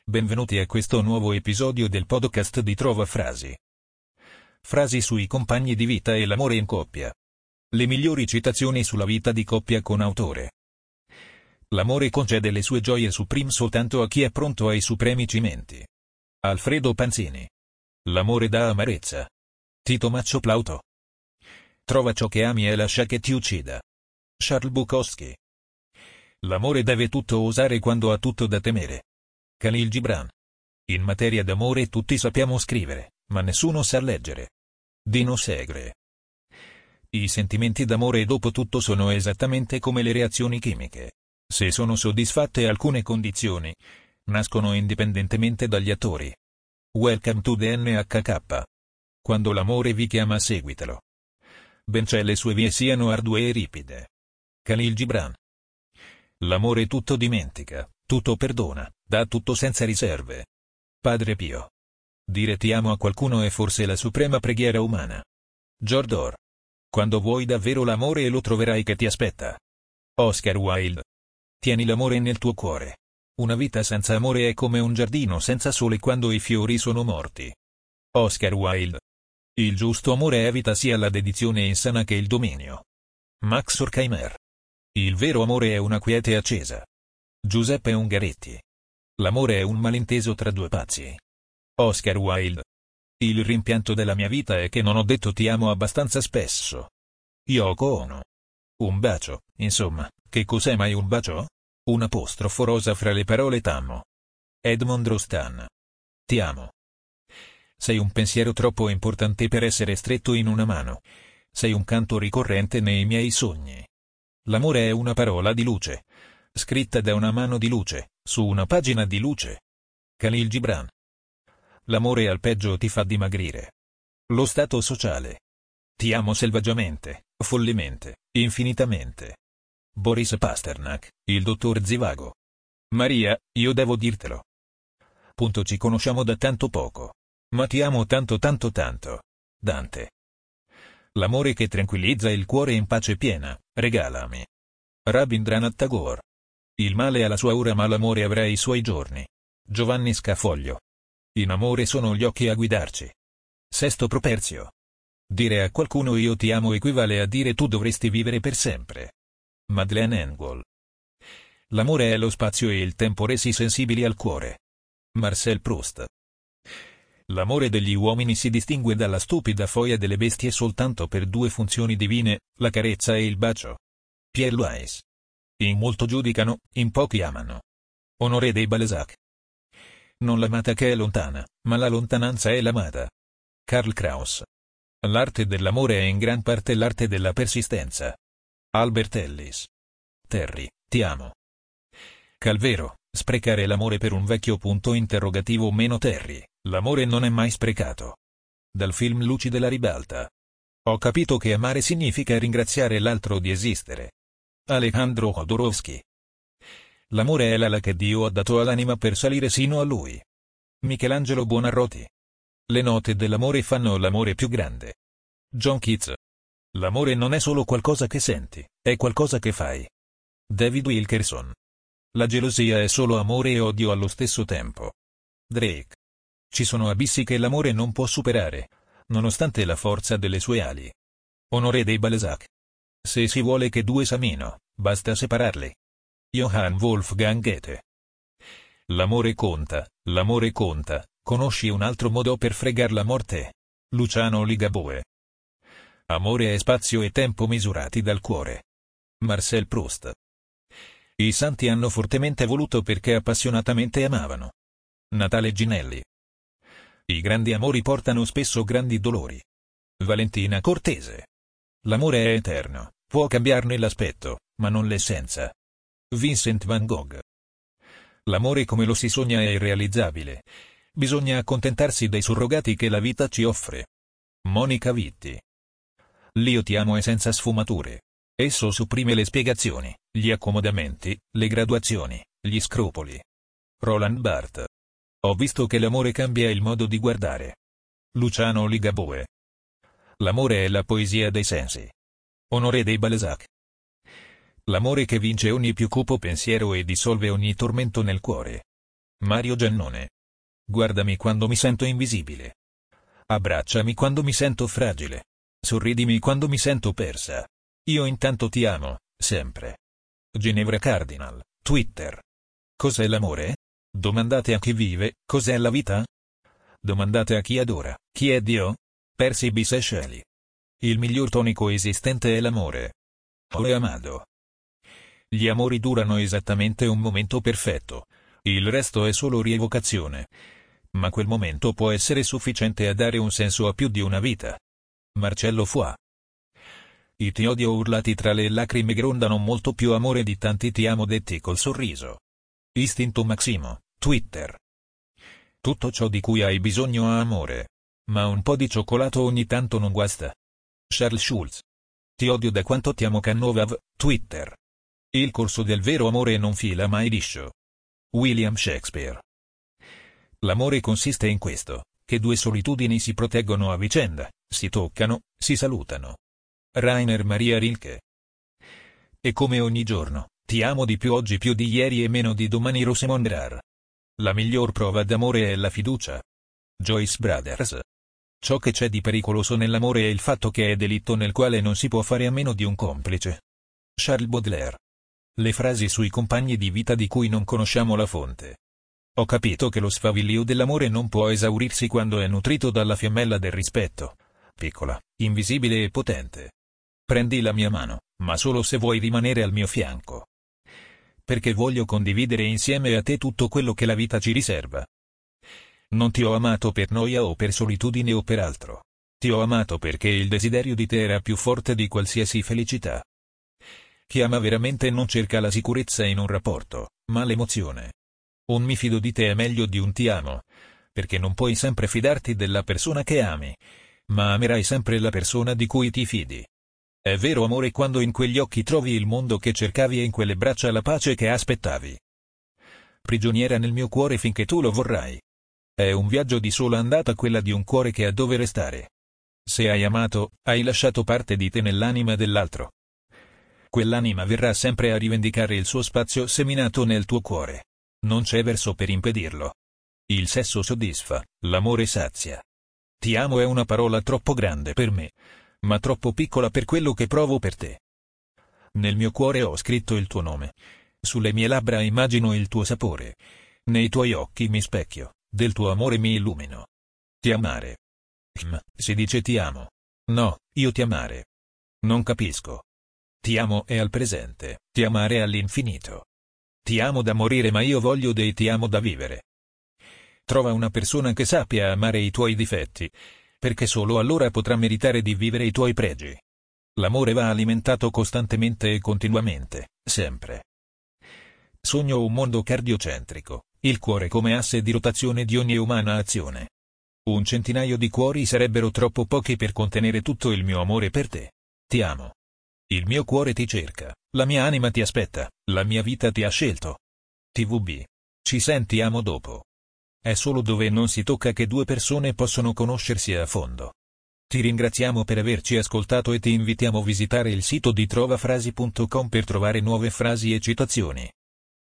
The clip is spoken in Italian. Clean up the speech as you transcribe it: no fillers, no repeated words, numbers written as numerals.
Benvenuti a questo nuovo episodio del podcast di Trova Frasi. Frasi sui compagni di vita e l'amore in coppia. Le migliori citazioni sulla vita di coppia con autore. L'amore concede le sue gioie supreme soltanto a chi è pronto ai supremi cimenti. Alfredo Panzini. L'amore dà amarezza. Tito Maccio Plauto. Trova ciò che ami e lascia che ti uccida. Charles Bukowski. L'amore deve tutto osare quando ha tutto da temere. Khalil Gibran. In materia d'amore tutti sappiamo scrivere, ma nessuno sa leggere. Dino Segre. I sentimenti d'amore dopo tutto sono esattamente come le reazioni chimiche. Se sono soddisfatte alcune condizioni, nascono indipendentemente dagli attori. Welcome to the NHK. Quando l'amore vi chiama seguitelo. Benché le sue vie siano ardue e ripide. Khalil Gibran. L'amore tutto dimentica, tutto perdona, dà tutto senza riserve. Padre Pio. Dire ti amo a qualcuno è forse la suprema preghiera umana. Giordor. Quando vuoi davvero l'amore lo troverai che ti aspetta. Oscar Wilde. Tieni l'amore nel tuo cuore. Una vita senza amore è come un giardino senza sole quando i fiori sono morti. Oscar Wilde. Il giusto amore evita sia la dedizione insana che il dominio. Max Horkheimer. Il vero amore è una quiete accesa. Giuseppe Ungaretti. L'amore è un malinteso tra due pazzi. Oscar Wilde. Il rimpianto della mia vita è che non ho detto ti amo abbastanza spesso. Yoko Ono. Un bacio, insomma, che cos'è mai un bacio? Un apostrofo rosa fra le parole t'amo. Edmond Rostand. Ti amo. Sei un pensiero troppo importante per essere stretto in una mano. Sei un canto ricorrente nei miei sogni. L'amore è una parola di luce, scritta da una mano di luce, su una pagina di luce. Khalil Gibran. L'amore al peggio ti fa dimagrire. Lo stato sociale. Ti amo selvaggiamente, follemente, infinitamente. Boris Pasternak, il dottor Zivago. Maria, io devo dirtelo. Punto ci conosciamo da tanto poco. Ma ti amo tanto tanto tanto. Dante. L'amore che tranquillizza il cuore in pace piena, regalami. Rabindranath Tagore. Il male ha la sua ora ma l'amore avrà i suoi giorni. Giovanni Scafoglio. In amore sono gli occhi a guidarci. Sesto Properzio. Dire a qualcuno io ti amo equivale a dire tu dovresti vivere per sempre. Madeleine Engel. L'amore è lo spazio e il tempo resi sensibili al cuore. Marcel Proust. L'amore degli uomini si distingue dalla stupida foia delle bestie soltanto per due funzioni divine, la carezza e il bacio. Pierre Louis. In molto giudicano, in pochi amano. Honoré de Balzac. Non l'amata che è lontana, ma la lontananza è l'amata. Karl Kraus. L'arte dell'amore è in gran parte l'arte della persistenza. Albert Ellis. Terry, ti amo. Calvero, sprecare l'amore per un vecchio punto interrogativo meno Terry. L'amore non è mai sprecato. Dal film Luci della ribalta. Ho capito che amare significa ringraziare l'altro di esistere. Alejandro Jodorowsky. L'amore è l'ala che Dio ha dato all'anima per salire sino a lui. Michelangelo Buonarroti. Le note dell'amore fanno l'amore più grande. John Keats. L'amore non è solo qualcosa che senti, è qualcosa che fai. David Wilkerson. La gelosia è solo amore e odio allo stesso tempo. Drake. Ci sono abissi che l'amore non può superare, nonostante la forza delle sue ali. Honoré de Balzac. Se si vuole che due s'amino, basta separarli. Johann Wolfgang Goethe. L'amore conta, conosci un altro modo per fregar la morte? Luciano Ligabue. Amore è spazio e tempo misurati dal cuore. Marcel Proust. I santi hanno fortemente voluto perché appassionatamente amavano. Natale Ginelli. I grandi amori portano spesso grandi dolori. Valentina Cortese. L'amore è eterno, può cambiarne l'aspetto, ma non l'essenza. Vincent van Gogh. L'amore come lo si sogna è irrealizzabile. Bisogna accontentarsi dei surrogati che la vita ci offre. Monica Vitti. L'io ti amo è senza sfumature. Esso supprime le spiegazioni, gli accomodamenti, le graduazioni, gli scrupoli. Roland Barthes. Ho visto che l'amore cambia il modo di guardare. Luciano Ligabue. L'amore è la poesia dei sensi. Honoré de Balzac. L'amore che vince ogni più cupo pensiero e dissolve ogni tormento nel cuore. Mario Giannone. Guardami quando mi sento invisibile. Abbracciami quando mi sento fragile. Sorridimi quando mi sento persa. Io intanto ti amo, sempre. Ginevra Cardinal, Twitter. Cos'è l'amore? Domandate a chi vive, cos'è la vita? Domandate a chi adora, chi è Dio? Percy B. Shelley. Il miglior tonico esistente è l'amore. Jorge Amado. Gli amori durano esattamente un momento perfetto. Il resto è solo rievocazione. Ma quel momento può essere sufficiente a dare un senso a più di una vita. Marcello Foix. I ti odio urlati tra le lacrime grondano molto più amore di tanti ti amo detti col sorriso. Istinto Maximo, Twitter. Tutto ciò di cui hai bisogno ha amore. Ma un po' di cioccolato ogni tanto non guasta. Charles Schulz. Ti odio da quanto ti amo Cannovav, Twitter. Il corso del vero amore non fila mai liscio. William Shakespeare. L'amore consiste in questo, che due solitudini si proteggono a vicenda, si toccano, si salutano. Rainer Maria Rilke. E come ogni giorno, ti amo di più oggi più di ieri e meno di domani Rosamond Rar. La miglior prova d'amore è la fiducia. Joyce Brothers. Ciò che c'è di pericoloso nell'amore è il fatto che è delitto nel quale non si può fare a meno di un complice. Charles Baudelaire. Le frasi sui compagni di vita di cui non conosciamo la fonte. Ho capito che lo sfavillio dell'amore non può esaurirsi quando è nutrito dalla fiammella del rispetto. Piccola, invisibile e potente. Prendi la mia mano, ma solo se vuoi rimanere al mio fianco. Perché voglio condividere insieme a te tutto quello che la vita ci riserva. Non ti ho amato per noia o per solitudine o per altro. Ti ho amato perché il desiderio di te era più forte di qualsiasi felicità. Chi ama veramente non cerca la sicurezza in un rapporto, ma l'emozione. Un mi fido di te è meglio di un ti amo, perché non puoi sempre fidarti della persona che ami, ma amerai sempre la persona di cui ti fidi. È vero amore quando in quegli occhi trovi il mondo che cercavi e in quelle braccia la pace che aspettavi. Prigioniera nel mio cuore finché tu lo vorrai. È un viaggio di sola andata quella di un cuore che ha dove restare. Se hai amato, hai lasciato parte di te nell'anima dell'altro. Quell'anima verrà sempre a rivendicare il suo spazio seminato nel tuo cuore. Non c'è verso per impedirlo. Il sesso soddisfa, l'amore sazia. Ti amo è una parola troppo grande per me, ma troppo piccola per quello che provo per te. Nel mio cuore ho scritto il tuo nome. Sulle mie labbra immagino il tuo sapore. Nei tuoi occhi mi specchio, del tuo amore mi illumino. Ti amare. Si dice ti amo. No, io ti amare. Non capisco. Ti amo è al presente, ti amare è all'infinito. Ti amo da morire ma io voglio dei ti amo da vivere. Trova una persona che sappia amare i tuoi difetti, perché solo allora potrà meritare di vivere i tuoi pregi. L'amore va alimentato costantemente e continuamente, sempre. Sogno un mondo cardiocentrico, il cuore come asse di rotazione di ogni umana azione. Un centinaio di cuori sarebbero troppo pochi per contenere tutto il mio amore per te. Ti amo. Il mio cuore ti cerca, la mia anima ti aspetta, la mia vita ti ha scelto. TVB. Ci sentiamo dopo. È solo dove non si tocca che due persone possono conoscersi a fondo. Ti ringraziamo per averci ascoltato e ti invitiamo a visitare il sito di trovafrasi.com per trovare nuove frasi e citazioni.